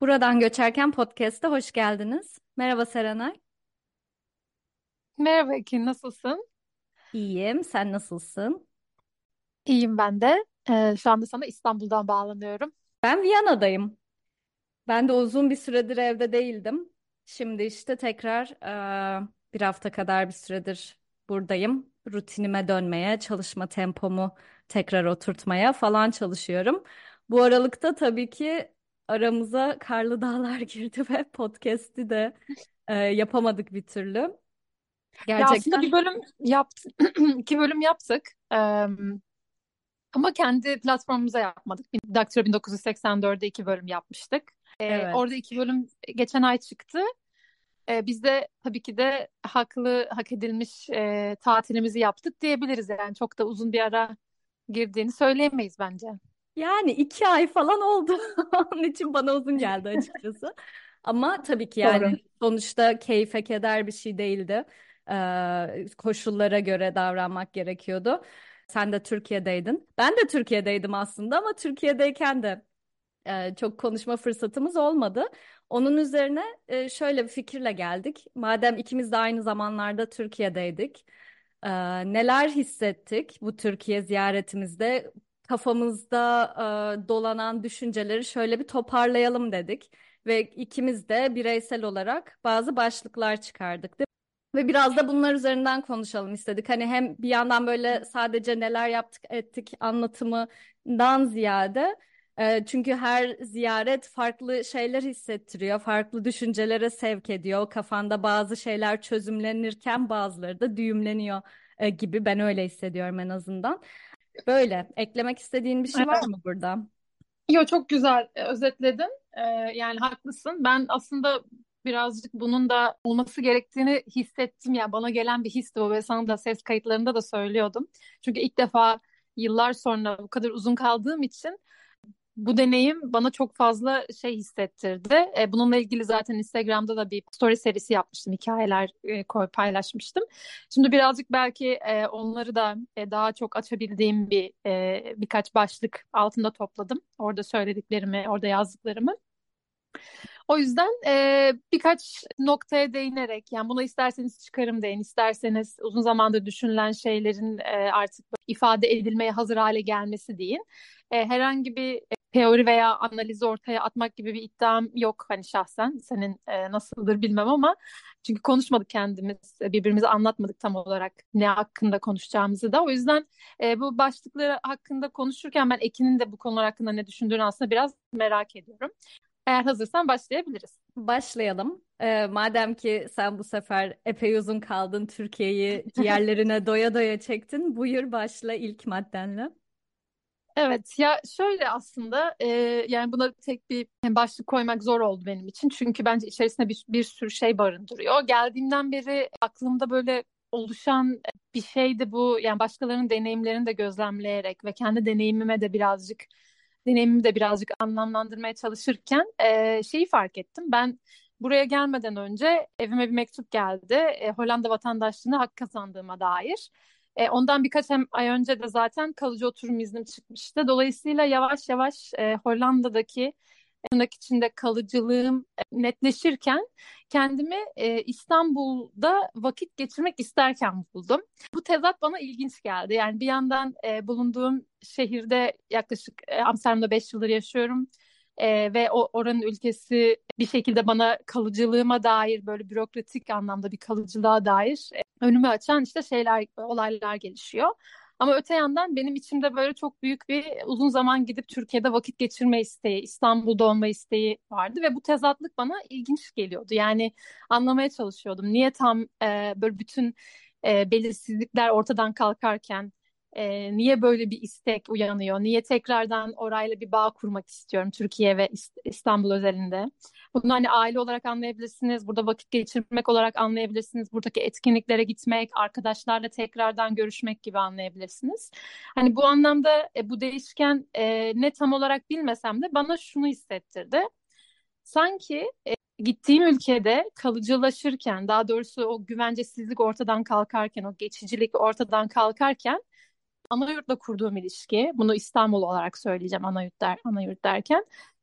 Buradan Göçerken Podcast'a hoş geldiniz. Merhaba Serenay. Merhaba Ekin, nasılsın? İyiyim. Sen nasılsın? İyiyim ben de. Şu anda sana İstanbul'dan bağlanıyorum. Ben Viyana'dayım. Ben de uzun bir süredir evde değildim. Şimdi işte tekrar bir hafta kadar bir süredir buradayım. Rutinime dönmeye, çalışma tempomu tekrar oturtmaya falan çalışıyorum. Bu aralıkta tabii ki aramıza Karlı Dağlar girdi ve podcast'i de yapamadık bir türlü. Ya aslında Gerçekten. bir bölüm yaptık, iki bölüm yaptık. Ama kendi platformumuza yapmadık. Daktilo 1984'de iki bölüm yapmıştık. Evet. Orada iki bölüm geçen ay çıktı. Biz de tabii ki de hak edilmiş tatilimizi yaptık diyebiliriz. Yani çok da uzun bir ara girdiğini söyleyemeyiz bence. Yani 2 ay falan oldu. Onun için bana uzun geldi açıkçası. Ama tabii ki Doğru. yani sonuçta keyfe keder bir şey değildi. Koşullara göre davranmak gerekiyordu. Sen de Türkiye'deydin. Ben de Türkiye'deydim aslında ama Türkiye'deyken de çok konuşma fırsatımız olmadı. Onun üzerine şöyle bir fikirle geldik. Madem ikimiz de aynı zamanlarda Türkiye'deydik, e, neler hissettik bu Türkiye ziyaretimizde? Kafamızda dolanan düşünceleri şöyle bir toparlayalım dedik. Ve ikimiz de bireysel olarak bazı başlıklar çıkardık. Ve biraz da bunlar üzerinden konuşalım istedik. Hani hem bir yandan böyle sadece neler yaptık ettik anlatımından ziyade çünkü her ziyaret farklı şeyler hissettiriyor, farklı düşüncelere sevk ediyor. Kafanda bazı şeyler çözümlenirken bazıları da düğümleniyor gibi ben öyle hissediyorum en azından. Böyle eklemek istediğin bir şey var mı burada? Yo, çok güzel özetledin. Yani haklısın. Ben aslında birazcık bunun da olması gerektiğini hissettim. Yani bana gelen bir histi bu ve sana da ses kayıtlarında da söylüyordum. Çünkü ilk defa yıllar sonra bu kadar uzun kaldığım için bu deneyim bana çok fazla şey hissettirdi. Bununla ilgili zaten Instagram'da da bir story serisi yapmıştım. Hikayeler paylaşmıştım. Şimdi birazcık belki onları da daha çok açabildiğim birkaç başlık altında topladım. Orada söylediklerimi, orada yazdıklarımı. O yüzden birkaç noktaya değinerek, yani buna isterseniz çıkarım deyin, isterseniz uzun zamandır düşünülen şeylerin artık ifade edilmeye hazır hale gelmesi deyin. Herhangi bir teori veya analizi ortaya atmak gibi bir iddiam yok hani şahsen. Senin nasıldır bilmem ama çünkü konuşmadık kendimiz, birbirimize anlatmadık tam olarak ne hakkında konuşacağımızı da. O yüzden bu başlıkları hakkında konuşurken ben Ekin'in de bu konular hakkında ne düşündüğünü aslında biraz merak ediyorum. Eğer hazırsan başlayabiliriz. Başlayalım. Madem ki sen bu sefer epey uzun kaldın, Türkiye'yi ciğerlerine doya doya çektin, buyur başla ilk maddenle. Evet ya şöyle aslında yani buna tek bir başlık koymak zor oldu benim için. Çünkü bence içerisinde bir sürü şey barındırıyor. Geldiğimden beri aklımda böyle oluşan bir şeydi bu, yani başkalarının deneyimlerini de gözlemleyerek ve kendi deneyimimi de birazcık anlamlandırmaya çalışırken şeyi fark ettim. Ben buraya gelmeden önce evime bir mektup geldi. Hollanda vatandaşlığına hak kazandığıma dair. Ondan birkaç ay önce de zaten kalıcı oturum iznim çıkmıştı. Dolayısıyla yavaş yavaş Hollanda'daki tırnak içinde kalıcılığım netleşirken kendimi İstanbul'da vakit geçirmek isterken buldum. Bu tezat bana ilginç geldi. Yani bir yandan bulunduğum şehirde yaklaşık Amsterdam'da 5 yıldır yaşıyorum. Ve oranın ülkesi bir şekilde bana kalıcılığıma dair, böyle bürokratik anlamda bir kalıcılığa dair önümü açan işte şeyler, olaylar gelişiyor. Ama öte yandan benim içimde böyle çok büyük bir uzun zaman gidip Türkiye'de vakit geçirme isteği, İstanbul'da olma isteği vardı ve bu tezatlık bana ilginç geliyordu. Yani anlamaya çalışıyordum. Niye tam böyle bütün belirsizlikler ortadan kalkarken niye böyle bir istek uyanıyor? Niye tekrardan orayla bir bağ kurmak istiyorum Türkiye ve İstanbul özelinde? Bunu hani aile olarak anlayabilirsiniz, burada vakit geçirmek olarak anlayabilirsiniz, buradaki etkinliklere gitmek, arkadaşlarla tekrardan görüşmek gibi anlayabilirsiniz. Hani bu anlamda bu değişken ne tam olarak bilmesem de bana şunu hissettirdi. Sanki gittiğim ülkede kalıcılaşırken, daha doğrusu o güvencesizlik ortadan kalkarken, o geçicilik ortadan kalkarken Anayurt'la kurduğum ilişki, bunu İstanbul olarak söyleyeceğim Anayurt derken,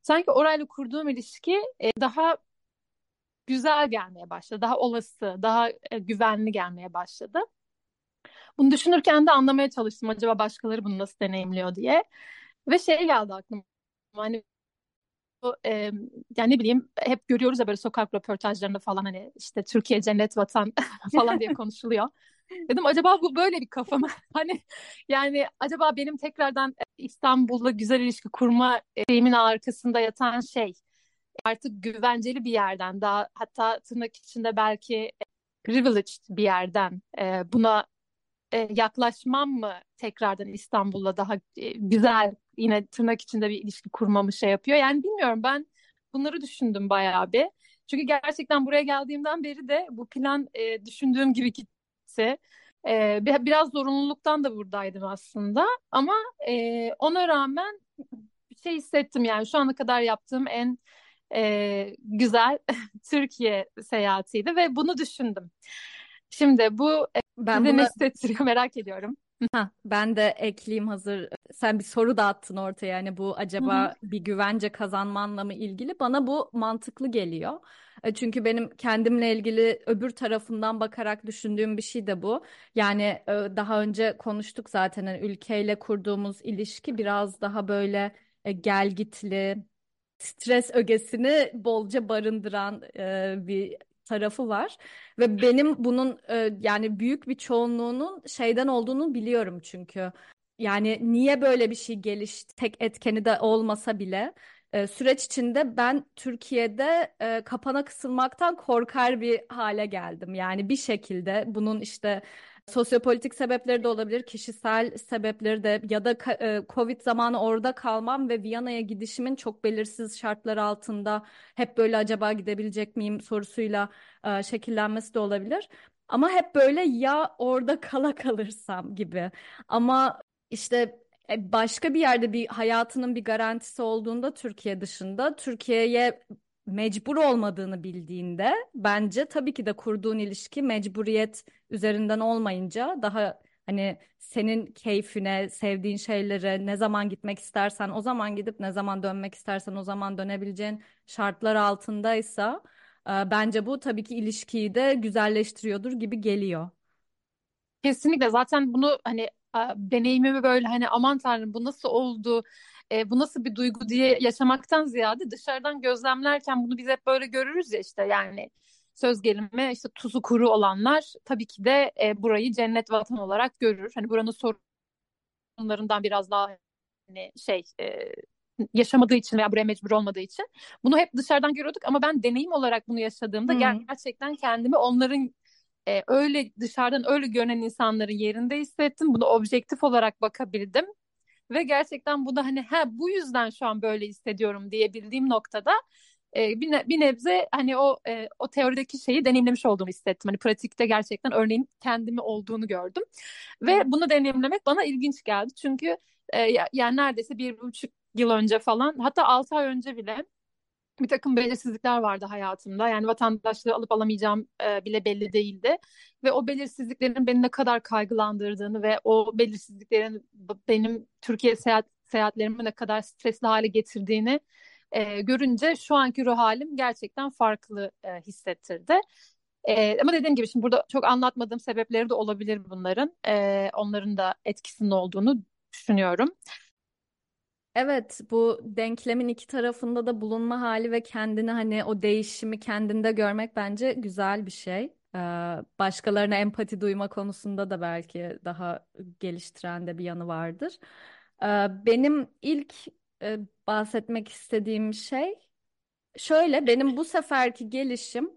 sanki orayla kurduğum ilişki daha güzel gelmeye başladı. Daha olası, daha güvenli gelmeye başladı. Bunu düşünürken de anlamaya çalıştım acaba başkaları bunu nasıl deneyimliyor diye. Ve şey geldi aklıma. Hani bu, yani ne bileyim hep görüyoruz ya böyle sokak röportajlarında falan hani işte Türkiye cennet vatan falan diye konuşuluyor. Dedim acaba bu böyle bir kafa mı? Hani yani acaba benim tekrardan İstanbul'la güzel ilişki kurma şeyimin arkasında yatan şey artık güvenceli bir yerden daha hatta tırnak içinde belki privileged bir yerden buna yaklaşmam mı tekrardan İstanbul'la daha güzel yine tırnak içinde bir ilişki kurmamı şey yapıyor. Yani bilmiyorum ben bunları düşündüm bayağı bir. Çünkü gerçekten buraya geldiğimden beri de bu plan düşündüğüm gibi gitti. Biraz zorunluluktan da buradaydım aslında. Ama ona rağmen bir şey hissettim yani şu ana kadar yaptığım en güzel Türkiye seyahatiydi ve bunu düşündüm. Şimdi bu Ben size ne buna hissettiriyor merak ediyorum. ben de ekleyeyim hazır. Sen bir soru da attın ortaya. Yani bu Hı hı. acaba bir güvence kazanmanla mı ilgili? Bana bu mantıklı geliyor. Çünkü benim kendimle ilgili öbür tarafından bakarak düşündüğüm bir şey de bu. Yani daha önce konuştuk zaten hani ülkeyle kurduğumuz ilişki biraz daha böyle gelgitli, stres ögesini bolca barındıran bir tarafı var. Ve benim bunun yani büyük bir çoğunluğunun şeyden olduğunu biliyorum çünkü. Yani niye böyle bir şey gelişti tek etkeni de olmasa bile süreç içinde ben Türkiye'de kapana kısılmaktan korkar bir hale geldim. Yani bir şekilde bunun işte sosyopolitik sebepleri de olabilir, kişisel sebepleri de ya da Covid zamanı orada kalmam ve Viyana'ya gidişimin çok belirsiz şartlar altında hep böyle acaba gidebilecek miyim sorusuyla şekillenmesi de olabilir. Ama hep böyle ya orada kala kalırsam gibi. Ama işte başka bir yerde bir hayatının bir garantisi olduğunda Türkiye dışında Türkiye'ye mecbur olmadığını bildiğinde bence tabii ki de kurduğun ilişki mecburiyet üzerinden olmayınca daha hani senin keyfine, sevdiğin şeylere ne zaman gitmek istersen o zaman gidip ne zaman dönmek istersen o zaman dönebileceğin şartlar altındaysa bence bu tabii ki ilişkiyi de güzelleştiriyordur gibi geliyor. Kesinlikle zaten bunu hani deneyimimi böyle hani aman tanrım bu nasıl oldu, bu nasıl bir duygu diye yaşamaktan ziyade dışarıdan gözlemlerken bunu biz hep böyle görürüz ya işte yani söz gelimi işte tuzu kuru olanlar tabii ki de burayı cennet vatan olarak görür. Hani buranın sorunlarından biraz daha hani şey yaşamadığı için veya buraya mecbur olmadığı için bunu hep dışarıdan görüyorduk ama ben deneyim olarak bunu yaşadığımda Hı. gerçekten kendimi onların öyle dışarıdan öyle görünen insanların yerinde hissettim. Bunu objektif olarak bakabildim ve gerçekten bu da hani ha bu yüzden şu an böyle hissediyorum diyebildiğim noktada bir nebze hani o teorideki şeyi deneyimlemiş olduğumu hissettim. Hani pratikte gerçekten örneğin kendimi olduğunu gördüm ve Evet. bunu deneyimlemek bana ilginç geldi. Çünkü yani neredeyse 1,5 yıl önce falan hatta 6 ay önce bile bir takım belirsizlikler vardı hayatımda. Yani vatandaşlığı alıp alamayacağım bile belli değildi. Ve o belirsizliklerin beni ne kadar kaygılandırdığını ve o belirsizliklerin benim Türkiye seyahatlerimi ne kadar stresli hale getirdiğini görünce şu anki ruh halim gerçekten farklı hissettirdi. Ama dediğim gibi şimdi burada çok anlatmadığım sebepleri de olabilir bunların. Onların da etkisinin olduğunu düşünüyorum. Evet, bu denklemin iki tarafında da bulunma hali ve kendini hani o değişimi kendinde görmek bence güzel bir şey. Başkalarına empati duyma konusunda da belki daha geliştiren de bir yanı vardır. Benim ilk bahsetmek istediğim şey şöyle, benim bu seferki gelişim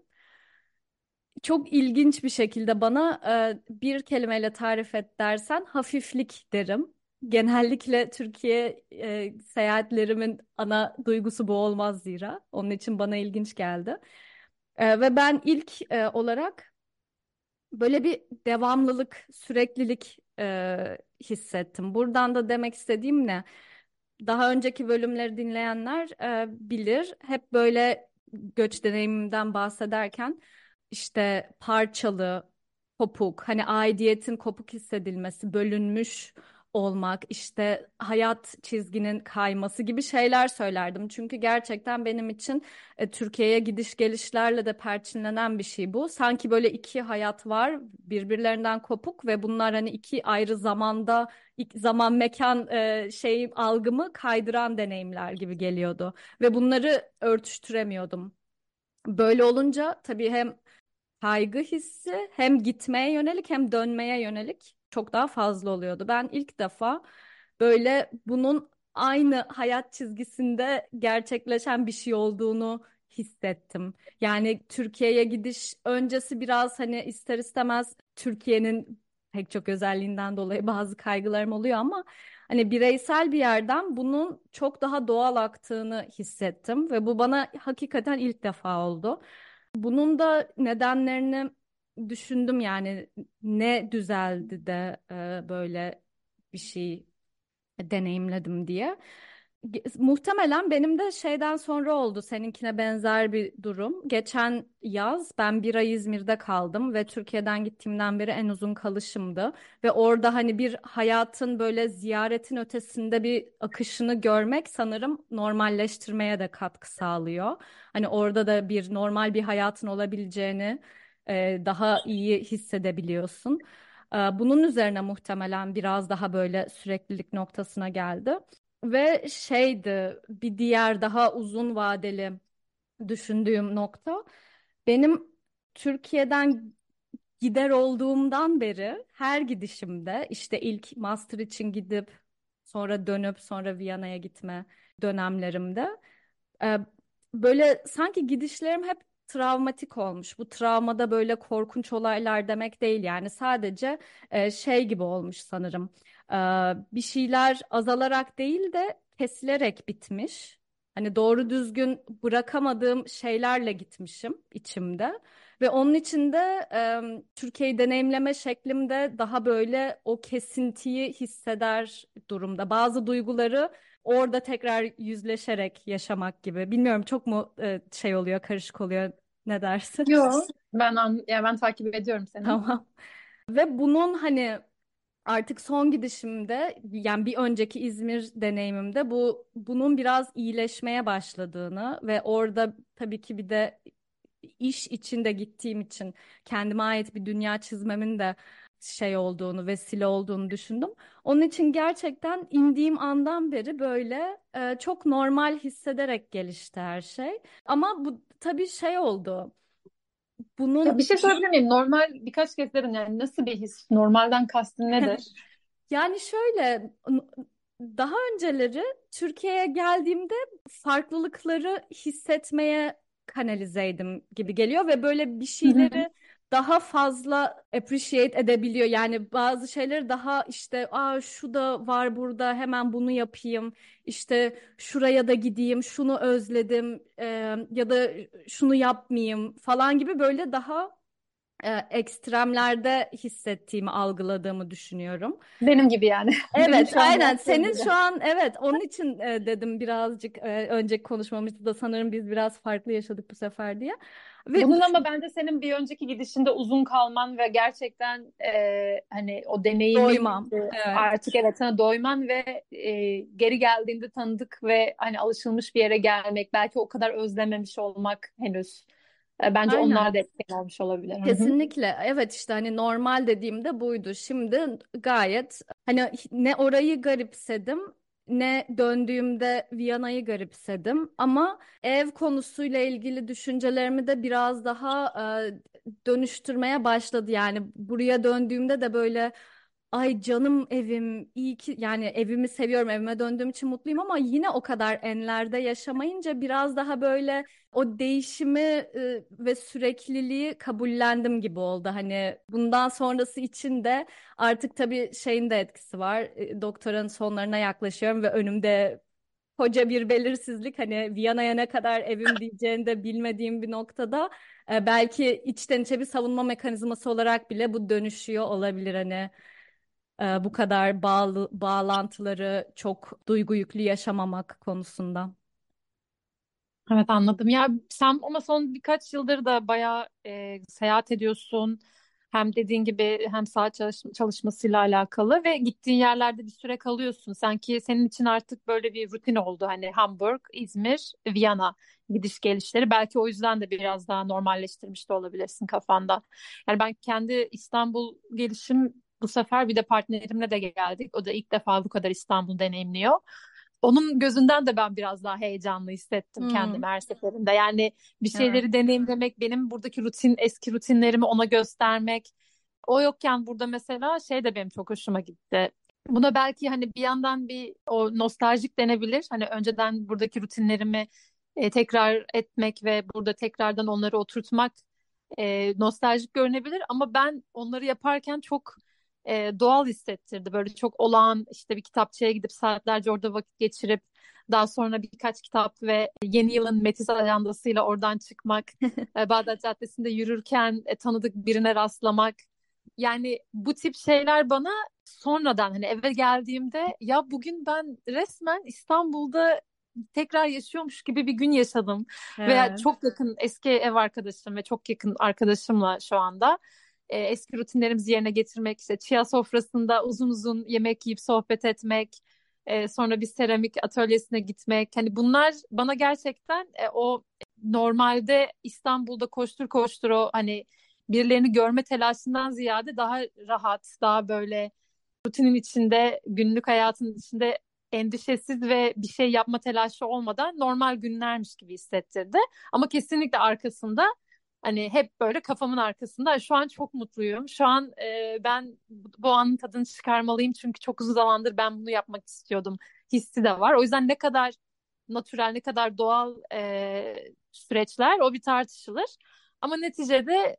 çok ilginç bir şekilde bana bir kelimeyle tarif et dersen hafiflik derim. Genellikle Türkiye seyahatlerimin ana duygusu bu olmaz zira. Onun için bana ilginç geldi. Ve ben ilk olarak böyle bir devamlılık, süreklilik hissettim. Buradan da demek istediğim ne? Daha önceki bölümleri dinleyenler bilir. Hep böyle göç deneyimimden bahsederken işte parçalı, kopuk, hani aidiyetin kopuk hissedilmesi, bölünmüş olmak, işte hayat çizginin kayması gibi şeyler söylerdim. Çünkü gerçekten benim için Türkiye'ye gidiş gelişlerle de perçinlenen bir şey bu. Sanki böyle iki hayat var, birbirlerinden kopuk ve bunlar hani iki ayrı zamanda, zaman mekan şey algımı kaydıran deneyimler gibi geliyordu ve bunları örtüştüremiyordum. Böyle olunca tabii hem kaygı hissi hem gitmeye yönelik hem dönmeye yönelik çok daha fazla oluyordu. Ben ilk defa böyle bunun aynı hayat çizgisinde gerçekleşen bir şey olduğunu hissettim. Yani Türkiye'ye gidiş öncesi biraz hani ister istemez Türkiye'nin pek çok özelliğinden dolayı bazı kaygılarım oluyor ama hani bireysel bir yerden bunun çok daha doğal aktığını hissettim ve bu bana hakikaten ilk defa oldu. Bunun da nedenlerini düşündüm yani ne düzeldi de böyle bir şey deneyimledim diye. Muhtemelen benim de şeyden sonra oldu seninkine benzer bir durum. Geçen yaz ben bir ay İzmir'de kaldım ve Türkiye'den gittiğimden beri en uzun kalışımdı. Ve orada hani bir hayatın böyle ziyaretin ötesinde bir akışını görmek sanırım normalleştirmeye de katkı sağlıyor. Hani orada da bir normal bir hayatın olabileceğini daha iyi hissedebiliyorsun. Bunun üzerine muhtemelen biraz daha böyle süreklilik noktasına geldi. Ve şeydi bir diğer daha uzun vadeli düşündüğüm nokta benim Türkiye'den gider olduğumdan beri her gidişimde işte ilk master için gidip sonra dönüp sonra Viyana'ya gitme dönemlerimde e, böyle sanki gidişlerim hep travmatik olmuş. Bu travmada böyle korkunç olaylar demek değil yani sadece şey gibi olmuş sanırım. E, Bir şeyler azalarak değil de kesilerek bitmiş. Hani doğru düzgün bırakamadığım şeylerle gitmişim içimde. Ve onun için de Türkiye'yi deneyimleme şeklimde daha böyle o kesintiyi hisseder durumda. Bazı duyguları orada tekrar yüzleşerek yaşamak gibi. Bilmiyorum çok mu şey oluyor, karışık oluyor. Ne dersin? Yok. Yani ben takip ediyorum seni. Tamam. Ve bunun hani artık son gidişimde yani bir önceki İzmir deneyimimde bunun biraz iyileşmeye başladığını ve orada tabii ki bir de iş içinde gittiğim için kendime ait bir dünya çizmemin de şey olduğunu, vesile olduğunu düşündüm. Onun için gerçekten indiğim andan beri böyle çok normal hissederek gelişti her şey. Ama bu tabii şey oldu. Ya bir Bunun şey sorabilir miyim? Normal birkaç kez dedin, yani nasıl bir his? Normalden kastın nedir? yani şöyle daha önceleri Türkiye'ye geldiğimde farklılıkları hissetmeye kanalizeydim gibi geliyor ve böyle bir Hı hı. şeyleri daha fazla appreciate edebiliyor. Yani bazı şeyleri daha işte şu da var burada hemen bunu yapayım. İşte şuraya da gideyim, şunu özledim ya da şunu yapmayayım falan gibi böyle daha ekstremlerde hissettiğimi, algıladığımı düşünüyorum. Benim gibi yani. Benim Evet, şu an aynen. yaptığım Senin gibi. şu an evet onun için dedim birazcık önceki konuşmamızda da sanırım biz biraz farklı yaşadık bu sefer diye. Ve Bunun ama bence senin bir önceki gidişinde uzun kalman ve gerçekten hani o deneyimin doymam. Evet. artık evet sana doyman ve geri geldiğinde tanıdık ve hani alışılmış bir yere gelmek, belki o kadar özlememiş olmak henüz. Bence onlar Aynen. da etken olmuş olabilir. Hı hı. Kesinlikle. Evet işte hani normal dediğimde buydu. Şimdi gayet hani ne orayı garipsedim ne döndüğümde Viyana'yı garipsedim ama ev konusuyla ilgili düşüncelerimi de biraz daha dönüştürmeye başladı. Yani buraya döndüğümde de böyle ay canım evim iyi ki yani evimi seviyorum evime döndüğüm için mutluyum ama yine o kadar enlerde yaşamayınca biraz daha böyle o değişimi ve sürekliliği kabullendim gibi oldu. Hani bundan sonrası için de artık tabii şeyin de etkisi var. Doktoranın sonlarına yaklaşıyorum ve önümde koca bir belirsizlik. Hani Viyana'ya ne kadar evim diyeceğini de bilmediğim bir noktada belki içten içe bir savunma mekanizması olarak bile bu dönüşüyor olabilir. Hani bu kadar bağlantıları çok duygu yüklü yaşamamak konusunda. Evet, anladım. Ya sen ama son birkaç yıldır da bayağı seyahat ediyorsun. Hem dediğin gibi hem saat çalışmasıyla alakalı ve gittiğin yerlerde bir süre kalıyorsun. Sanki senin için artık böyle bir rutin oldu. Hani Hamburg, İzmir, Viyana gidiş gelişleri. Belki o yüzden de biraz daha normalleştirmiş de olabilirsin kafanda. Yani ben kendi İstanbul gelişim bu sefer bir de partnerimle de geldik. O da ilk defa bu kadar İstanbul deneyimliyor. Onun gözünden de ben biraz daha heyecanlı hissettim Hmm, kendimi her seferinde. Yani bir evet. şeyleri deneyimlemek, benim buradaki eski rutinlerimi ona göstermek. O yokken burada mesela şey de benim çok hoşuma gitti. Buna belki hani bir yandan bir o nostaljik denebilir. Hani önceden buradaki rutinlerimi tekrar etmek ve burada tekrardan onları oturtmak nostaljik görünebilir. Ama ben onları yaparken çok doğal hissettirdi. Böyle çok olağan işte bir kitapçıya gidip saatlerce orada vakit geçirip daha sonra birkaç kitap ve yeni yılın Metis ajandasıyla oradan çıkmak, Bağdat Caddesi'nde yürürken tanıdık birine rastlamak. Yani bu tip şeyler bana sonradan hani eve geldiğimde ya bugün ben resmen İstanbul'da tekrar yaşıyormuş gibi bir gün yaşadım. Veya Evet. çok yakın eski ev arkadaşım ve çok yakın arkadaşımla şu anda eski rutinlerimizi yerine getirmek, işte chia sofrasında uzun uzun yemek yiyip sohbet etmek, sonra bir seramik atölyesine gitmek. Hani bunlar bana gerçekten o normalde İstanbul'da koştur koştur o hani birilerini görme telaşından ziyade daha rahat, daha böyle rutinin içinde, günlük hayatın içinde endişesiz ve bir şey yapma telaşı olmadan normal günlermiş gibi hissettirdi. Ama kesinlikle arkasında hani hep böyle kafamın arkasında şu an çok mutluyum. Şu an ben bu anın tadını çıkarmalıyım çünkü çok uzun zamandır ben bunu yapmak istiyordum hissi de var. O yüzden ne kadar natürel, ne kadar doğal süreçler o bir tartışılır. Ama neticede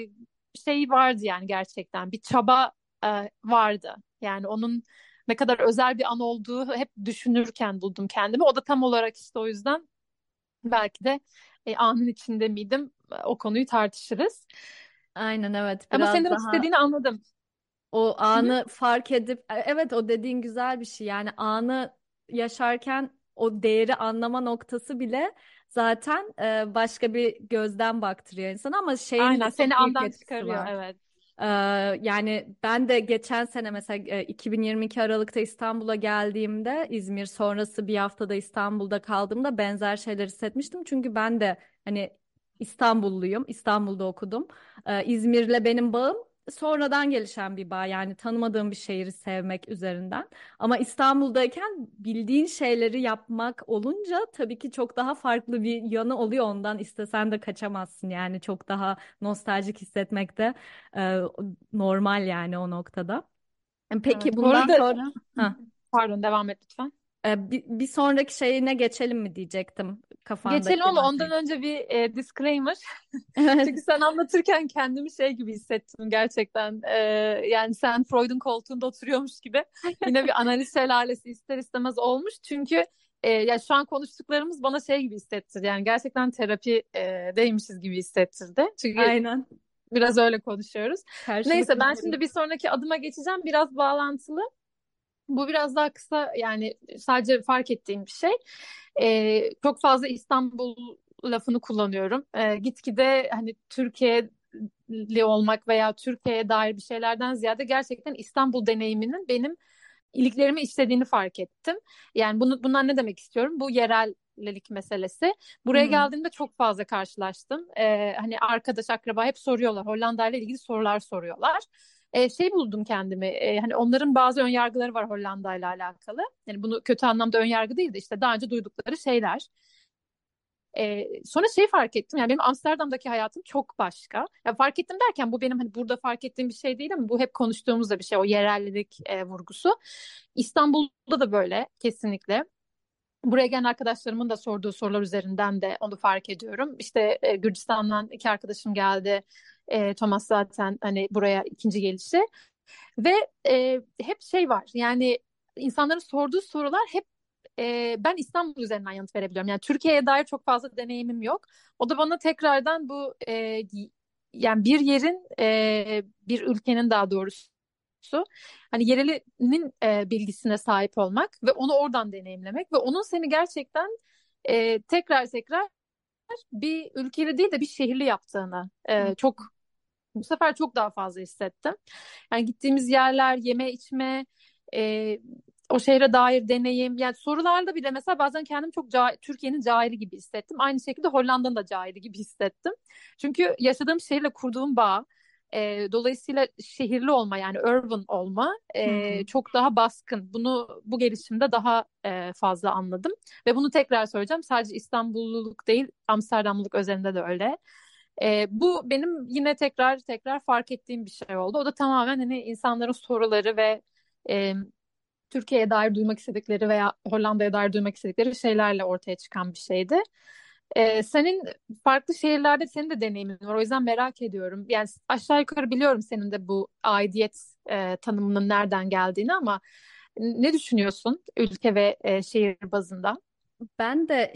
şey vardı yani gerçekten bir çaba vardı. Yani onun ne kadar özel bir an olduğu hep düşünürken buldum kendimi. O da tam olarak işte o yüzden belki de anın içinde miydim? O konuyu tartışırız. Aynen, evet, Ama biraz senin demek daha istediğini anladım. o Hı hı. anı fark edip evet, o dediğin güzel bir şey yani anı yaşarken o değeri anlama noktası bile zaten başka bir gözden baktırıyor insana ama şeyin de Aynen seni çok büyük andan etkisi çıkarıyor var. evet. Ee, Yani ben de geçen sene mesela 2022 Aralık'ta İstanbul'a geldiğimde İzmir sonrası bir haftada İstanbul'da kaldığımda benzer şeyler hissetmiştim. Çünkü ben de hani İstanbulluyum, İstanbul'da okudum. İzmir'le benim bağım sonradan gelişen bir bağ, yani tanımadığım bir şehri sevmek üzerinden. Ama İstanbul'dayken bildiğin şeyleri yapmak olunca tabii ki çok daha farklı bir yanı oluyor, ondan istesen de kaçamazsın yani, çok daha nostaljik hissetmekte e, normal yani o noktada. Peki Evet. Bu bundan arada sonra pardon devam et lütfen. bir sonraki şeyine geçelim mi diyecektim Geçelim kafandaki ama ondan noktayı. önce bir disclaimer. Evet, Çünkü sen anlatırken kendimi şey gibi hissettim gerçekten. Yani sen Freud'un koltuğunda oturuyormuş gibi yine bir analiz şelalesi ister istemez olmuş. Çünkü ya şu an konuştuklarımız bana şey gibi hissettirdi. Yani gerçekten terapi değmişiz gibi hissettirdi. Çünkü aynen. biraz öyle konuşuyoruz. Neyse Karşılıklı ben görüş. şimdi bir sonraki adıma geçeceğim. Biraz bağlantılı. Bu biraz daha kısa yani sadece fark ettiğim bir şey. Çok fazla İstanbul lafını kullanıyorum. Gitgide hani Türkiye'li olmak veya Türkiye'ye dair bir şeylerden ziyade gerçekten İstanbul deneyiminin benim iliklerimi işlediğini fark ettim. Yani bundan ne demek istiyorum? Bu yerellik meselesi. Hı Buraya hı. geldiğimde çok fazla karşılaştım. Hani arkadaş, akraba hep soruyorlar. Hollanda ile ilgili sorular soruyorlar. Şey buldum kendimi. Hani onların bazı ön yargıları var Hollanda ile alakalı. Yani bunu kötü anlamda ön yargı değil de işte daha önce duydukları şeyler. Sonra şey fark ettim yani benim Amsterdam'daki hayatım çok başka. Ya fark ettim derken bu benim hani burada fark ettiğim bir şey değil ama bu hep konuştuğumuz da bir şey o yerellilik vurgusu. İstanbul'da da böyle kesinlikle. Buraya gelen arkadaşlarımın da sorduğu sorular üzerinden de onu fark ediyorum. İşte Gürcistan'dan iki arkadaşım geldi. Thomas zaten hani buraya ikinci gelişi. Ve hep şey var yani insanların sorduğu sorular hep ben İstanbul üzerinden yanıt verebiliyorum. Yani Türkiye'ye dair çok fazla deneyimim yok. O da bana tekrardan bu yani bir yerin bir ülkenin daha doğrusu hani yerelinin bilgisine sahip olmak ve onu oradan deneyimlemek ve onun seni gerçekten tekrar tekrar bir ülkeli değil de bir şehirli yaptığını çok Bu sefer çok daha fazla hissettim. Yani gittiğimiz yerler, yeme içme, e, o şehre dair deneyim. Yani sorularda bile mesela bazen kendimi çok Türkiye'nin cahili gibi hissettim. Aynı şekilde Hollanda'nın da cahili gibi hissettim. Çünkü yaşadığım şehirle kurduğum bağ, dolayısıyla şehirli olma yani urban olma Hmm. çok daha baskın. Bunu bu gelişimde daha fazla anladım. Ve bunu tekrar söyleyeceğim. Sadece İstanbulluluk değil, Amsterdamlılık özelinde de öyle. Bu benim yine tekrar tekrar fark ettiğim bir şey oldu. O da tamamen hani insanların soruları ve e, Türkiye'ye dair duymak istedikleri veya Hollanda'ya dair duymak istedikleri şeylerle ortaya çıkan bir şeydi. Senin farklı şehirlerde senin de deneyimin var. O yüzden merak ediyorum. Yani aşağı yukarı biliyorum senin de bu aidiyet tanımının nereden geldiğini ama ne düşünüyorsun ülke ve şehir bazında? Ben de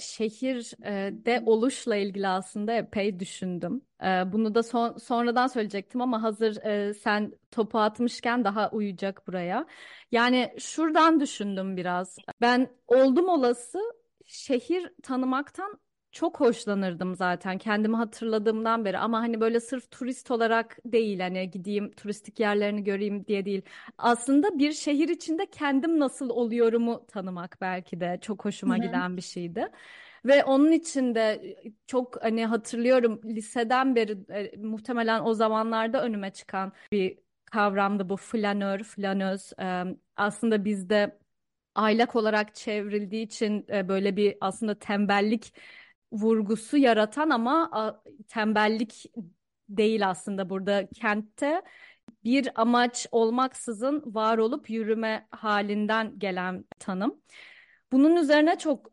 şehirde oluşla ilgili aslında epey düşündüm. Bunu da sonradan söyleyecektim ama hazır sen topu atmışken daha uyacak buraya. Yani şuradan düşündüm biraz. Ben oldum olası şehir tanımaktan çok hoşlanırdım zaten kendimi hatırladığımdan beri ama hani böyle sırf turist olarak değil hani gideyim turistik yerlerini göreyim diye değil. Aslında bir şehir içinde kendim nasıl oluyorumu tanımak belki de çok Hı hoşuma hı. giden bir şeydi. Ve onun için de çok hani hatırlıyorum liseden beri muhtemelen o zamanlarda önüme çıkan bir kavramdı bu flanör, flanöz. Aslında bizde aylak olarak çevrildiği için böyle bir aslında tembellik vurgusu yaratan ama tembellik değil aslında burada kentte bir amaç olmaksızın var olup yürüme halinden gelen tanım. Bunun üzerine çok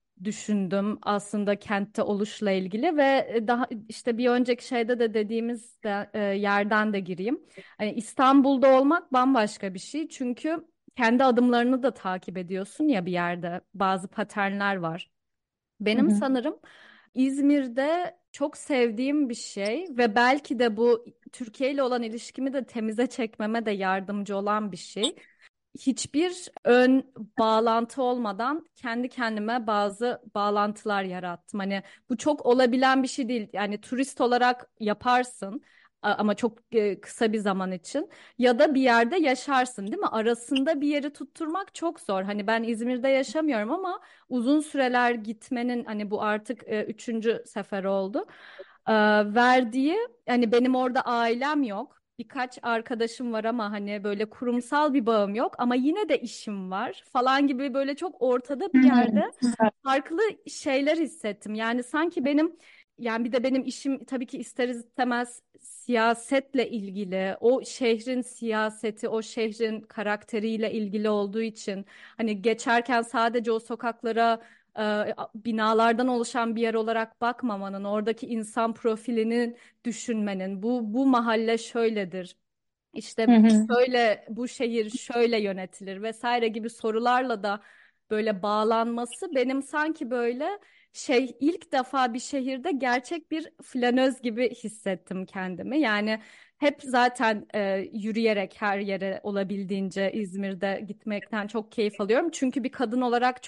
düşündüm aslında kentte oluşla ilgili ve daha işte bir önceki şeyde de dediğimiz de, yerden de gireyim. Hani İstanbul'da olmak bambaşka bir şey çünkü kendi adımlarını da takip ediyorsun ya bir yerde bazı paternler var. Hı Benim hı. sanırım İzmir'de çok sevdiğim bir şey ve belki de bu Türkiye ile olan ilişkimi de temize çekmeme de yardımcı olan bir şey. Hiçbir ön bağlantı olmadan kendi kendime bazı bağlantılar yarattım. Hani bu çok olabilen bir şey değil. Yani turist olarak yaparsın ama çok kısa bir zaman için ya da bir yerde yaşarsın, değil mi? Arasında bir yeri tutturmak çok zor. Hani ben İzmir'de yaşamıyorum ama uzun süreler gitmenin hani bu artık üçüncü sefer oldu. Ee, Verdiği hani benim orada ailem yok. Birkaç arkadaşım var ama hani böyle kurumsal bir bağım yok ama yine de işim var falan gibi böyle çok ortada Hı bir hı. yerde farklı şeyler hissettim. Yani sanki benim yani bir de benim işim tabii ki ister istemez siyasetle ilgili, o şehrin siyaseti, o şehrin karakteriyle ilgili olduğu için hani geçerken sadece o sokaklara binalardan oluşan bir yer olarak bakmamanın, oradaki insan profilinin düşünmenin, bu mahalle şöyledir. Hı İşte hı. şöyle bu şehir şöyle yönetilir vesaire gibi sorularla da böyle bağlanması benim sanki böyle şey ilk defa bir şehirde gerçek bir flanöz gibi hissettim kendimi. Yani hep zaten yürüyerek her yere olabildiğince İzmir'de gitmekten çok keyif alıyorum. Çünkü bir kadın olarak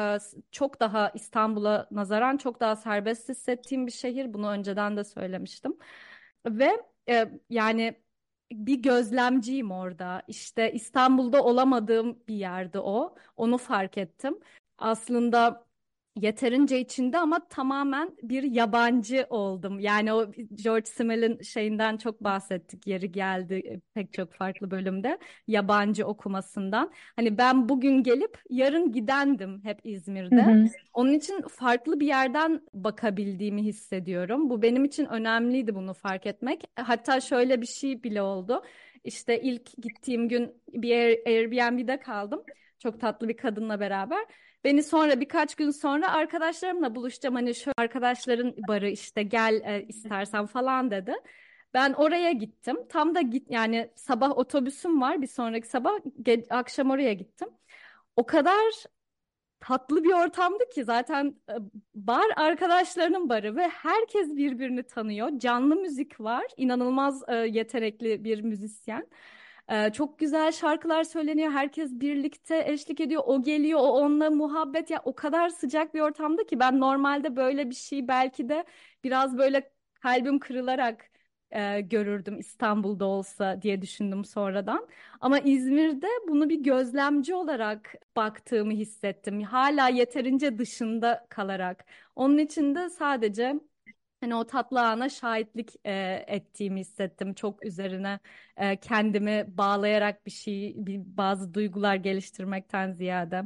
çok daha İstanbul'a nazaran çok daha serbest hissettiğim bir şehir. Bunu önceden de söylemiştim. Ve yani bir gözlemciyim orada. İşte İstanbul'da olamadığım bir yerde o. Onu fark ettim. Aslında yeterince içinde ama tamamen bir yabancı oldum. Yani o George Simel'in şeyinden çok bahsettik. Yeri geldi pek çok farklı bölümde. Yabancı okumasından. Hani ben bugün gelip yarın gidendim hep Hı İzmir'de. hı. Onun için farklı bir yerden bakabildiğimi hissediyorum. Bu benim için önemliydi bunu fark etmek. Hatta şöyle bir şey bile oldu. İşte ilk gittiğim gün bir Airbnb'de kaldım. Çok tatlı bir kadınla beraber. Beni sonra birkaç gün sonra arkadaşlarımla buluşacağım. Hani şu arkadaşların barı işte gel istersen falan dedi. Ben oraya gittim. Tam da yani sabah otobüsüm var. Bir sonraki sabah akşam oraya gittim. O kadar tatlı bir ortamdı ki zaten bar arkadaşlarının barı ve herkes birbirini tanıyor. Canlı müzik var. İnanılmaz yetenekli bir müzisyen. Çok güzel şarkılar söyleniyor. Herkes birlikte eşlik ediyor. O geliyor, o onunla muhabbet. Ya o kadar sıcak bir ortamda ki ben normalde böyle bir şey belki de biraz böyle kalbim kırılarak görürdüm İstanbul'da olsa diye düşündüm sonradan. Ama İzmir'de bunu bir gözlemci olarak baktığımı hissettim. Hala yeterince dışında kalarak. Onun için de sadece hani o tatlı ana şahitlik ettiğimi hissettim. Çok üzerine kendimi bağlayarak bazı duygular geliştirmekten ziyade.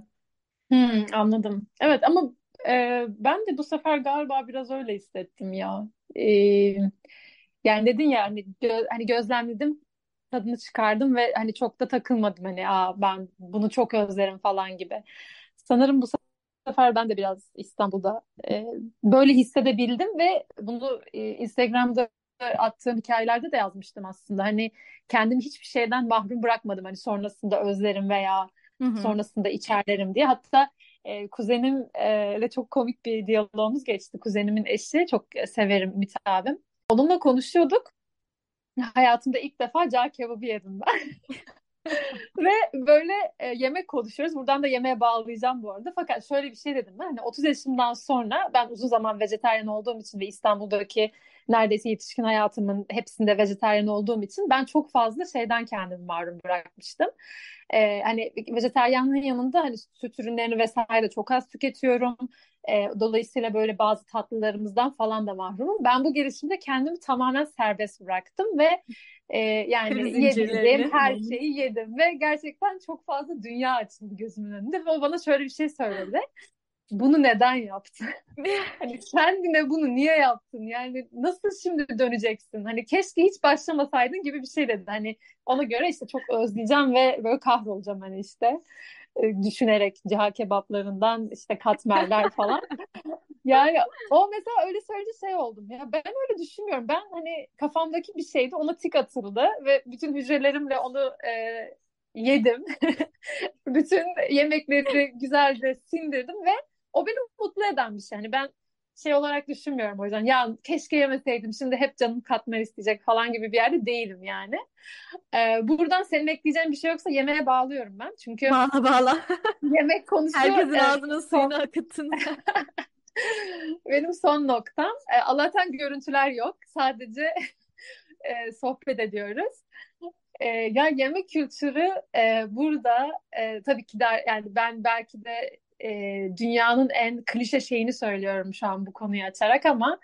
Anladım. Evet ama ben de bu sefer galiba biraz öyle hissettim ya. E, Yani dedin ya hani, hani gözlemledim, tadını çıkardım ve hani çok da takılmadım hani ben bunu çok özlerim falan gibi. Sanırım bu sefer ben de biraz İstanbul'da böyle hissedebildim ve bunu Instagram'da attığım hikayelerde de yazmıştım aslında. Hani kendimi hiçbir şeyden mahrum bırakmadım. Hani sonrasında özlerim veya Hı hı. sonrasında içerlerim diye. Hatta kuzenimle çok komik bir diyalogumuz geçti. Kuzenimin eşi çok severim Ümit abim. Onunla konuşuyorduk. Hayatımda ilk defa cağ kebabı yedim ben. Ve böyle yemek konuşuyoruz. Buradan da yemeğe bağlayacağım bu arada. Fakat şöyle bir şey dedim ben. Hani 30 yaşımdan sonra ben uzun zaman vejetaryen olduğum için ve İstanbul'daki neredeyse yetişkin hayatımın hepsinde vejetaryen olduğum için ben çok fazla şeyden kendimi mahrum bırakmıştım. Hani vejetaryenliğin yanında hani süt ürünlerini vesaire çok az tüketiyorum. Dolayısıyla böyle bazı tatlılarımızdan falan da mahrumum. Ben bu gelişimde kendimi tamamen serbest bıraktım ve Kır yani yiyebileceğim zincirlerini her bulmuş. şeyi yedim ve gerçekten çok fazla dünya açıldı gözümün önünde ve o bana şöyle bir şey söyledi. Bunu neden yaptın? Hani kendine bunu niye yaptın? Yani nasıl şimdi döneceksin? Hani keşke hiç başlamasaydın gibi bir şey dedi. Hani ona göre işte çok özleyeceğim ve böyle kahrolacağım hani işte düşünerek ciha kebaplarından işte katmerler falan. Yani o mesela öyle söyleyince şey oldum ya ben öyle düşünmüyorum. Ben hani kafamdaki bir şeydi ona tik atıldı ve bütün hücrelerimle onu yedim. Bütün yemekleri güzelce sindirdim ve o beni mutlu eden bir şey. Yani ben şey olarak düşünmüyorum o yüzden ya keşke yemeseydim şimdi hep canım katmer isteyecek falan gibi bir yerde değilim yani. Buradan senin ekleyeceğin bir şey yoksa yemeğe bağlıyorum ben. Çünkü Bağla bağla. yemek konusu Herkesin ağzının benim son suyunu akıttın sen. benim son noktam. Allah'tan görüntüler yok. Sadece sohbet ediyoruz. Ya yemek kültürü burada tabii ki de yani ben belki de dünyanın en klişe şeyini söylüyorum şu an bu konuyu açarak ama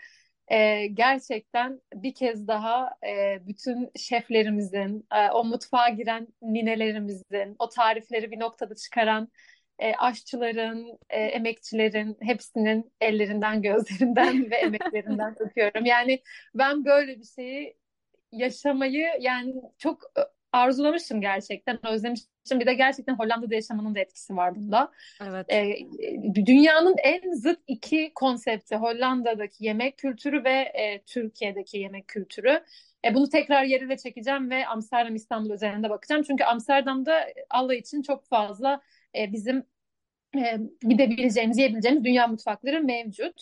gerçekten bir kez daha bütün şeflerimizin, o mutfağa giren ninelerimizin, o tarifleri bir noktada çıkaran aşçıların, emekçilerin hepsinin ellerinden, gözlerinden ve emeklerinden öpüyorum. Yani ben böyle bir şeyi yaşamayı yani çok arzulamışım gerçekten, özlemişim. Bir de gerçekten Hollanda'da yaşamanın da etkisi var bunda. Evet. E, Dünyanın en zıt iki konsepti Hollanda'daki yemek kültürü ve Türkiye'deki yemek kültürü. Bunu tekrar yerine çekeceğim ve Amsterdam İstanbul üzerinde bakacağım. Çünkü Amsterdam'da Allah için çok fazla bizim gidebileceğimiz, yiyebileceğimiz dünya mutfakları mevcut.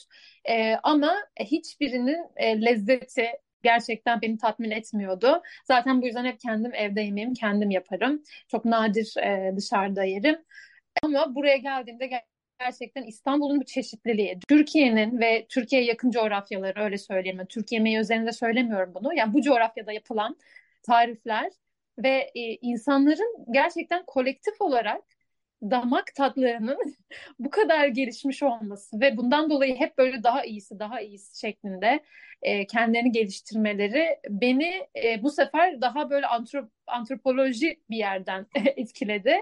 Ama hiçbirinin lezzeti gerçekten beni tatmin etmiyordu. Zaten bu yüzden hep kendim evde yemeğimi kendim yaparım. Çok nadir dışarıda yerim. Ama buraya geldiğimde gerçekten İstanbul'un bu çeşitliliği, Türkiye'nin ve Türkiye'ye yakın coğrafyaları öyle söyleyeyim. Yani Türkiye yemeği üzerinde söylemiyorum bunu. Yani bu coğrafyada yapılan tarifler ve insanların gerçekten kolektif olarak damak tatlarının bu kadar gelişmiş olması ve bundan dolayı hep böyle daha iyisi, daha iyisi şeklinde kendilerini geliştirmeleri beni bu sefer daha böyle antropoloji bir yerden etkiledi.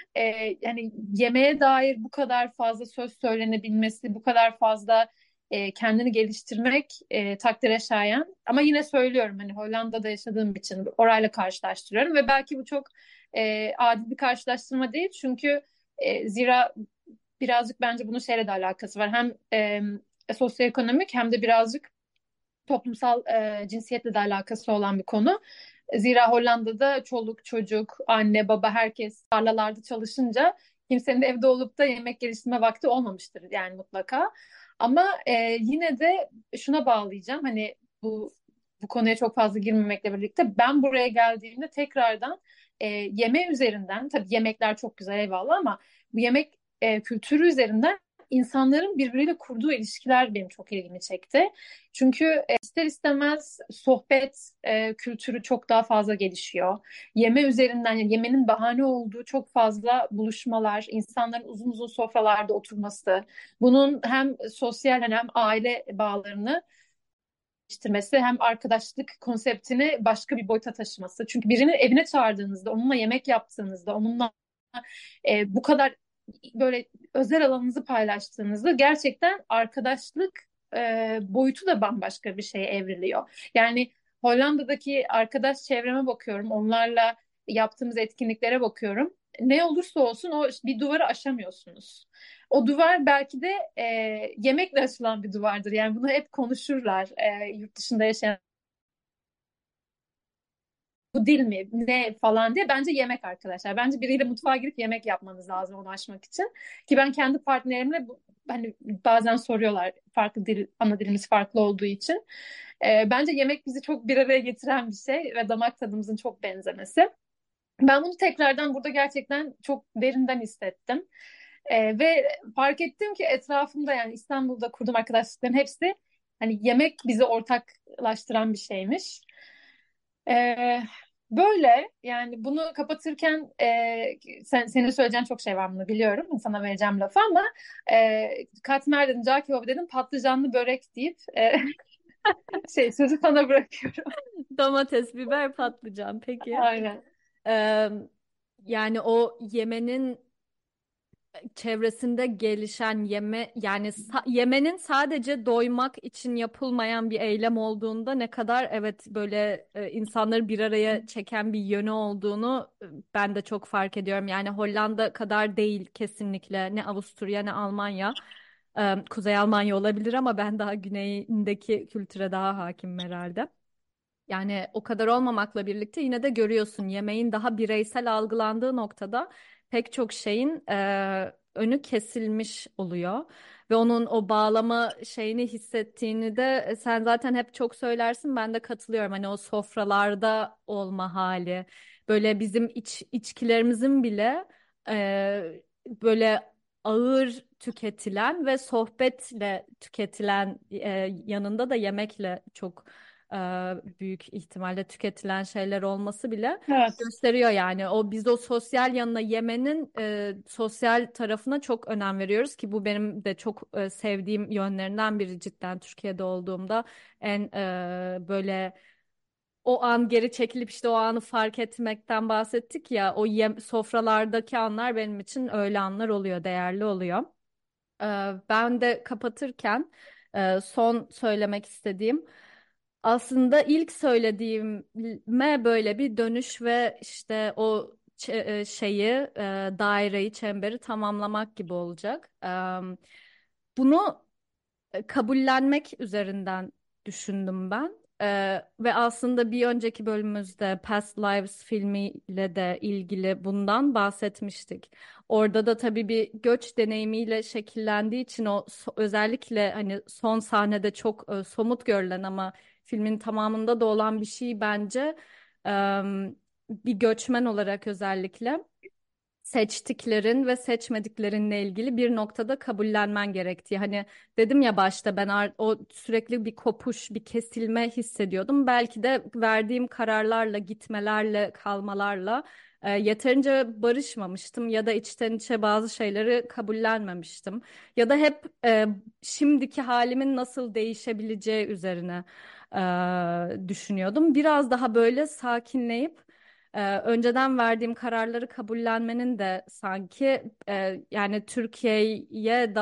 Yani yemeğe dair bu kadar fazla söz söylenebilmesi, bu kadar fazla kendini geliştirmek takdire şayan. Ama yine söylüyorum hani Hollanda'da yaşadığım için orayla karşılaştırıyorum ve belki bu çok adil bir karşılaştırma değil çünkü zira birazcık bence bunun şeyle de alakası var. Hem sosyoekonomik hem de birazcık toplumsal cinsiyetle de alakası olan bir konu. Zira Hollanda'da çoluk, çocuk, anne, baba herkes tarlalarda çalışınca kimsenin evde olup da yemek geliştirme vakti olmamıştır yani mutlaka. Ama yine de şuna bağlayacağım. Hani bu konuya çok fazla girmemekle birlikte ben buraya geldiğimde tekrardan yeme üzerinden tabii yemekler çok güzel eyvallah ama bu yemek kültürü üzerinden insanların birbiriyle kurduğu ilişkiler benim çok ilgimi çekti. Çünkü ister istemez sohbet kültürü çok daha fazla gelişiyor. Yeme üzerinden, yani yemenin bahane olduğu çok fazla buluşmalar, insanların uzun uzun sofralarda oturması, bunun hem sosyal hem aile bağlarını geliştirmesi hem arkadaşlık konseptini başka bir boyuta taşıması. Çünkü birini evine çağırdığınızda, onunla yemek yaptığınızda, onunla bu kadar böyle özel alanınızı paylaştığınızda gerçekten arkadaşlık boyutu da bambaşka bir şeye evriliyor. Yani Hollanda'daki arkadaş çevreme bakıyorum, onlarla yaptığımız etkinliklere bakıyorum. Ne olursa olsun o bir duvarı aşamıyorsunuz. O duvar belki de yemekle açılan bir duvardır. Yani bunu hep konuşurlar yurt dışında yaşayan bu dil mi ne falan diye. Bence yemek arkadaşlar. Bence biriyle mutfağa girip yemek yapmanız lazım onu aşmak için. Ki ben kendi partnerimle hani bazen soruyorlar farklı dil, ana dilimiz farklı olduğu için. Bence yemek bizi çok bir araya getiren bir şey ve damak tadımızın çok benzemesi. Ben bunu tekrardan burada gerçekten çok derinden hissettim. Ve fark ettim ki etrafımda, yani İstanbul'da kurduğum arkadaşlıkların hepsi hani yemek bizi ortaklaştıran bir şeymiş. Ee, Böyle yani bunu kapatırken senin söyleyeceğin çok şey var, bunu biliyorum. Sana vereceğim lafı ama katmer dedim, cağ kebabı dedim, patlıcanlı börek deyip sözü sana bırakıyorum. Domates, biber, patlıcan. Peki. Aynen. Ee, Yani o yemenin çevresinde gelişen yeme, yani yemenin sadece doymak için yapılmayan bir eylem olduğunda ne kadar, evet, böyle insanları bir araya çeken bir yönü olduğunu ben de çok fark ediyorum. Yani Hollanda kadar değil kesinlikle, ne Avusturya ne Almanya. Kuzey Almanya olabilir ama ben daha güneyindeki kültüre daha hakimim herhalde. Yani o kadar olmamakla birlikte yine de görüyorsun, yemeğin daha bireysel algılandığı noktada pek çok şeyin önü kesilmiş oluyor. Ve onun o bağlama şeyini hissettiğini de sen zaten hep çok söylersin, ben de katılıyorum. Hani o sofralarda olma hali, böyle bizim içkilerimizin bile böyle ağır tüketilen ve sohbetle tüketilen yanında da yemekle çok e, büyük ihtimalle tüketilen şeyler olması bile Evet. gösteriyor. Yani o, biz o sosyal yanına, yemenin sosyal tarafına çok önem veriyoruz ki bu benim de çok sevdiğim yönlerinden biri. Cidden Türkiye'de olduğumda en böyle o an geri çekilip işte o anı fark etmekten bahsettik ya, o sofralardaki anlar benim için öyle anlar oluyor, değerli oluyor. Ben de kapatırken son söylemek istediğim, aslında ilk söylediğime böyle bir dönüş ve işte o şeyi, daireyi, çemberi tamamlamak gibi olacak. Bunu kabullenmek üzerinden düşündüm ben. Ve aslında bir önceki bölümümüzde Past Lives filmiyle de ilgili bundan bahsetmiştik. Orada da tabii bir göç deneyimiyle şekillendiği için o özellikle hani son sahnede çok somut görülen ama filmin tamamında da olan bir şey bence, bir göçmen olarak özellikle seçtiklerin ve seçmediklerinle ilgili bir noktada kabullenmen gerektiği. Hani dedim ya başta, ben o sürekli bir kopuş, bir kesilme hissediyordum. Belki de verdiğim kararlarla, gitmelerle, kalmalarla yeterince barışmamıştım ya da içten içe bazı şeyleri kabullenmemiştim. Ya da hep şimdiki halimin nasıl değişebileceği üzerine düşünüyordum. Biraz daha böyle sakinleyip önceden verdiğim kararları kabullenmenin de sanki yani Türkiye'ye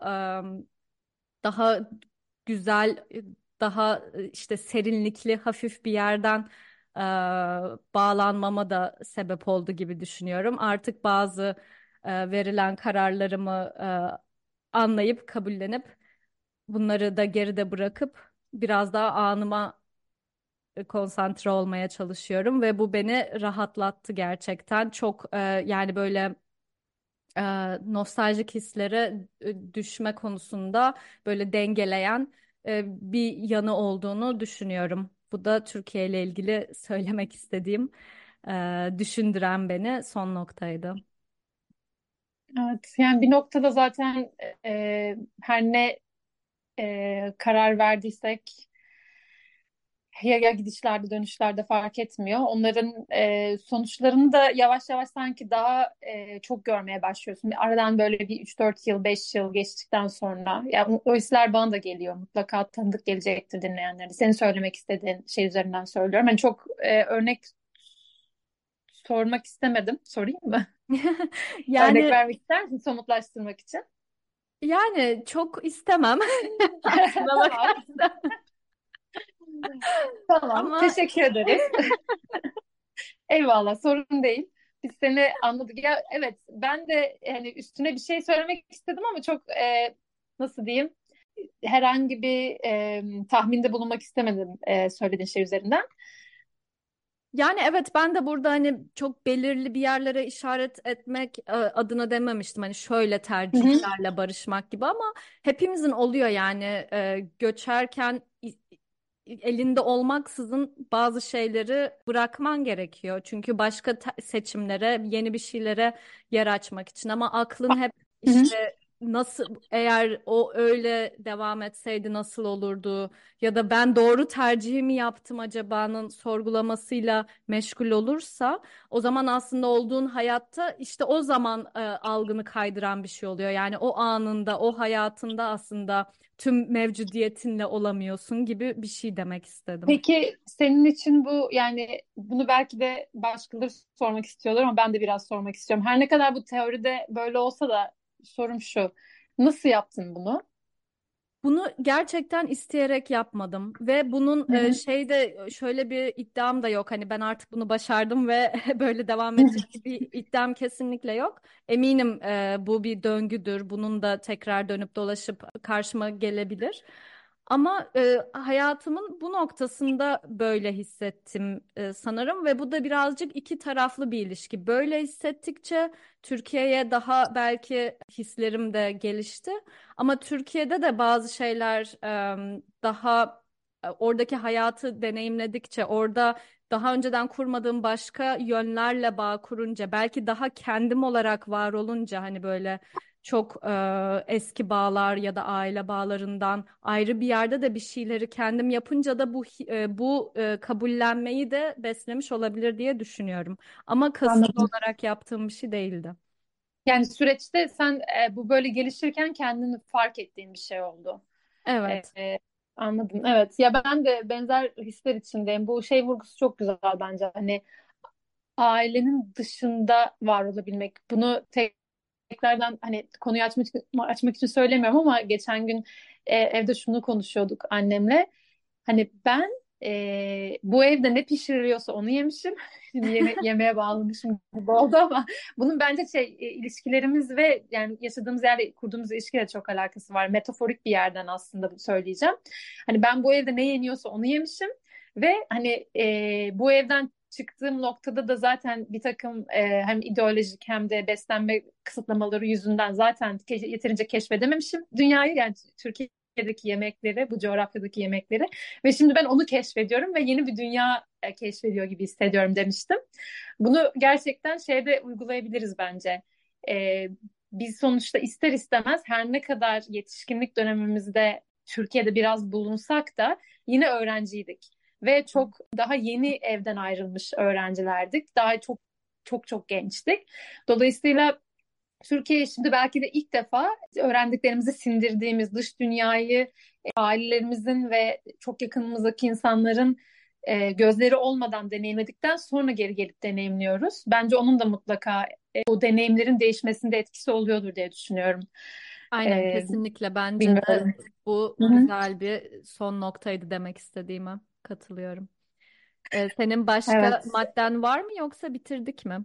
daha güzel, daha işte serinlikli, hafif bir yerden e, bağlanmama da sebep oldu gibi düşünüyorum. Artık bazı verilen kararlarımı anlayıp, kabullenip, bunları da geride bırakıp biraz daha anıma konsantre olmaya çalışıyorum ve bu beni rahatlattı gerçekten. Çok yani böyle e, nostaljik hislere düşme konusunda böyle dengeleyen bir yanı olduğunu düşünüyorum. Bu da Türkiye ile ilgili söylemek istediğim, düşündüren beni son noktaydı. Evet, yani bir noktada zaten her ne karar verdiysek ya gidişlerde dönüşlerde fark etmiyor. Onların sonuçlarını da yavaş yavaş sanki daha çok görmeye başlıyorsun. Aradan böyle bir 3-4 yıl, 5 yıl geçtikten sonra ya o hisler bana da geliyor. Mutlaka tanıdık gelecektir dinleyenlere. Senin söylemek istediğin şey üzerinden söylüyorum. Hani çok örnek sormak istemedim. Sorayım mı? Örnek Yani vermek ister misin somutlaştırmak için? çok istemem aslına Tamam. bakarsan. Tamam. Ama Teşekkür ederiz. Eyvallah, sorun değil. Biz seni anladık. Ya evet, ben de hani üstüne bir şey söylemek istedim ama çok nasıl diyeyim? Herhangi bir tahminde bulunmak istemedim söylediğin şey üzerinden. yani evet, ben de burada hani çok belirli bir yerlere işaret etmek adına dememiştim. Hani şöyle Hı hı. tercihlerle barışmak gibi, ama hepimizin oluyor yani, göçerken elinde olmaksızın bazı şeyleri bırakman gerekiyor. Çünkü başka seçimlere, yeni bir şeylere yer açmak için, ama aklın hep Hı hı. işte nasıl, eğer o öyle devam etseydi nasıl olurdu, ya da ben doğru tercihi mi yaptım acaba'nın sorgulamasıyla meşgul olursa, o zaman aslında olduğun hayatta işte o zaman algını kaydıran bir şey oluyor. Yani o anında, o hayatında aslında tüm mevcudiyetinle olamıyorsun gibi bir şey demek istedim. Peki senin için bu, yani bunu belki de başkaları sormak istiyorlar ama ben de biraz sormak istiyorum. Her ne kadar bu teoride böyle olsa da sorum şu. Nasıl yaptın bunu? Bunu gerçekten isteyerek yapmadım ve bunun Hı hı. şeyde şöyle bir iddiam da yok. Hani ben artık bunu başardım ve böyle devam edecek gibi bir iddiam kesinlikle yok. Eminim bu bir döngüdür. Bunun da tekrar dönüp dolaşıp karşıma gelebilir. Ama hayatımın bu noktasında böyle hissettim sanırım, ve bu da birazcık iki taraflı bir ilişki. Böyle hissettikçe Türkiye'ye daha belki hislerim de gelişti. Ama Türkiye'de de bazı şeyler daha oradaki hayatı deneyimledikçe, orada daha önceden kurmadığım başka yönlerle bağ kurunca, belki daha kendim olarak var olunca, hani böyle çok eski bağlar ya da aile bağlarından ayrı bir yerde de bir şeyleri kendim yapınca da bu kabullenmeyi de beslemiş olabilir diye düşünüyorum. Ama kasıtlı Anladım. olarak yaptığım bir şey değildi. Yani süreçte sen bu böyle gelişirken kendini fark ettiğin bir şey oldu. E, Evet. e, Anladım. Evet. Ya ben de benzer hisler içindeyim. Bu şey vurgusu çok güzel bence. Hani ailenin dışında var olabilmek. Bunu tekrardan hani konuyu açmak için söylemiyorum ama geçen gün evde şunu konuşuyorduk annemle. Hani ben bu evde ne pişiriliyorsa onu yemişim. Şimdi yemeğe bağlamışım gibi oldu ama bunun bence ilişkilerimiz ve yani yaşadığımız yerde kurduğumuz ilişkiyle çok alakası var. Metaforik bir yerden aslında bu söyleyeceğim. Hani ben bu evde ne yeniyorsa onu yemişim ve hani bu evden çıktığım noktada da zaten bir takım hem ideolojik hem de beslenme kısıtlamaları yüzünden zaten yeterince keşfedememişim dünyayı, yani Türkiye'deki yemekleri, bu coğrafyadaki yemekleri, ve şimdi ben onu keşfediyorum ve yeni bir dünya keşfediyor gibi hissediyorum demiştim. Bunu gerçekten şeyde uygulayabiliriz bence. E, Biz sonuçta ister istemez her ne kadar yetişkinlik dönemimizde Türkiye'de biraz bulunsak da yine öğrenciydik ve çok daha yeni evden ayrılmış öğrencilerdik. Daha çok çok çok gençtik. Dolayısıyla Türkiye şimdi belki de ilk defa öğrendiklerimizi sindirdiğimiz dış dünyayı ailelerimizin ve çok yakınımızdaki insanların gözleri olmadan deneyimledikten sonra geri gelip deneyimliyoruz. Bence onun da mutlaka o deneyimlerin değişmesinde etkisi oluyordur diye düşünüyorum. Aynen, E, kesinlikle, bence de Bilmiyorum. bu Hı hı. güzel bir son noktaydı, demek istediğime katılıyorum. Senin başka Evet. madden var mı, yoksa bitirdik mi?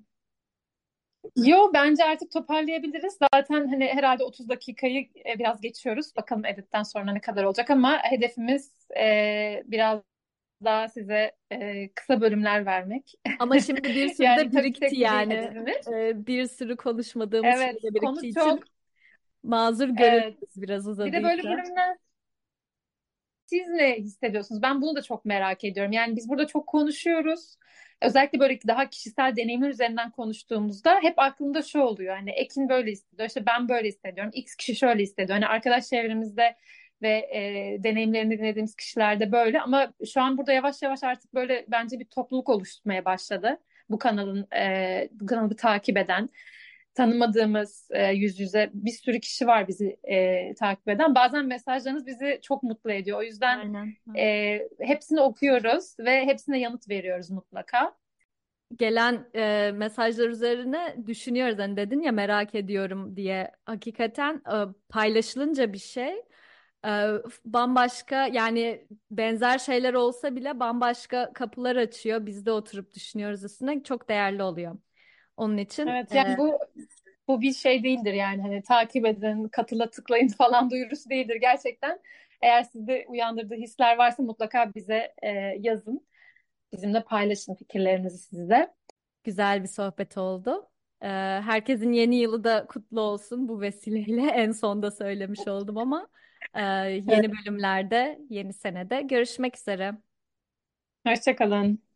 Yo, bence artık toparlayabiliriz. Zaten hani herhalde 30 dakikayı biraz geçiyoruz. Bakalım editten sonra ne kadar olacak ama hedefimiz biraz daha size kısa bölümler vermek. Ama şimdi bir sürü Yani de tabii ki birikti tek bu değil yani. hedefimiz. Bir sürü konuşmadığımız şey Evet, de konu biriktiği için çok. mazur Evet. görülürüz biraz Bir de böyle uzadıysa. bölümler siz ne hissediyorsunuz? Ben bunu da çok merak ediyorum. Yani biz burada çok konuşuyoruz. özellikle böyle daha kişisel deneyimler üzerinden konuştuğumuzda hep aklımda şu oluyor. Hani Ekin böyle hissediyor, işte ben böyle hissediyorum, X kişi şöyle hissediyor. Hani arkadaş çevremizde ve deneyimlerini dinlediğimiz kişilerde böyle. Ama şu an burada yavaş yavaş artık böyle bence bir topluluk oluşmaya başladı. Bu kanalı takip eden, tanımadığımız yüz yüze bir sürü kişi var bizi takip eden. Bazen mesajlarınız bizi çok mutlu ediyor. O yüzden Aynen. hepsini okuyoruz ve hepsine yanıt veriyoruz mutlaka. Gelen mesajlar üzerine düşünüyoruz. Hani dedin ya merak ediyorum diye. Hakikaten paylaşılınca bir şey bambaşka, yani benzer şeyler olsa bile bambaşka kapılar açıyor. Biz de oturup düşünüyoruz üstüne. Çok değerli oluyor. Onun için Evet, yani bu bir şey değildir, yani hani takip edin, katıla tıklayın falan duyurusu değildir gerçekten. Eğer sizde uyandırdığı hisler varsa mutlaka bize yazın. Bizimle paylaşın fikirlerinizi siz de. güzel bir sohbet oldu. Herkesin yeni yılı da kutlu olsun bu vesileyle. En sonda söylemiş oldum ama Evet, yeni bölümlerde, yeni senede görüşmek üzere. hoşça kalın.